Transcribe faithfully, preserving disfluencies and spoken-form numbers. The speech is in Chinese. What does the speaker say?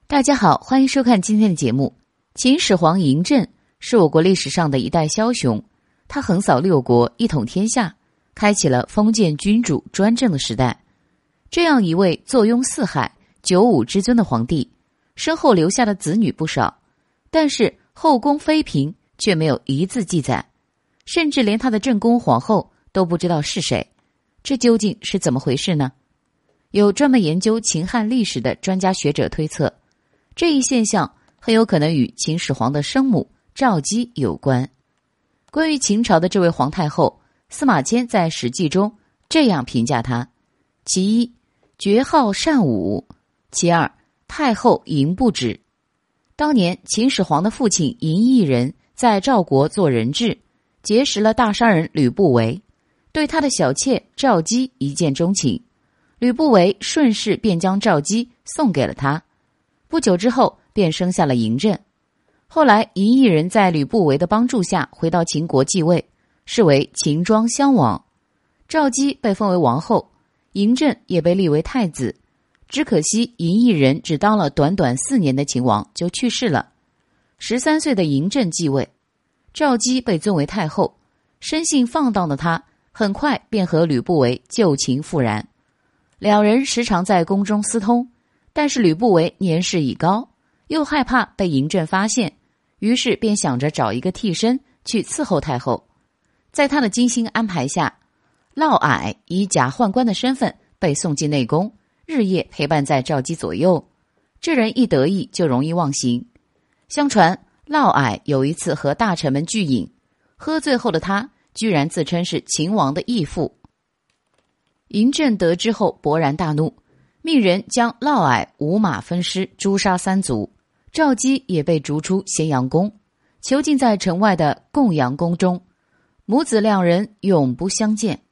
大家好，欢迎收看今天的节目。秦始皇嬴政是我国历史上的一代枭雄，他横扫六国，一统天下，开启了封建君主专政的时代。这样一位坐拥四海、九五之尊的皇帝，身后留下的子女不少，但是后宫妃嫔却没有一字记载，甚至连他的正宫皇后都不知道是谁。这究竟是怎么回事呢？有专门研究秦汉历史的专家学者推测，这一现象很有可能与秦始皇的生母赵姬有关。关于秦朝的这位皇太后，司马迁在《史记》中这样评价她：其一，绝好善舞；其二，太后淫不止。当年秦始皇的父亲嬴异人在赵国做人质，结识了大商人吕不韦，对他的小妾赵姬一见钟情，吕不韦顺势便将赵姬送给了他。不久之后便生下了嬴政。后来嬴异人在吕不韦的帮助下回到秦国继位，是为秦庄襄王。赵姬被封为王后，嬴政也被立为太子。只可惜嬴异人只当了短短四年的秦王就去世了。十三岁的嬴政继位，赵姬被尊为太后。生性放荡的她很快便和吕不韦旧情复燃，两人时常在宫中私通。但是吕不韦年事已高，又害怕被嬴政发现，于是便想着找一个替身去伺候太后。在他的精心安排下，嫪毐以假宦官的身份被送进内宫，日夜陪伴在赵姬左右。这人一得意就容易忘形。相传嫪毐有一次和大臣们聚饮，喝醉后的他居然自称是秦王的义父。嬴政得知后勃然大怒，命人将嫪毐五马分尸，诛杀三族。赵姬也被逐出咸阳宫，囚禁在城外的供阳宫中，母子两人永不相见。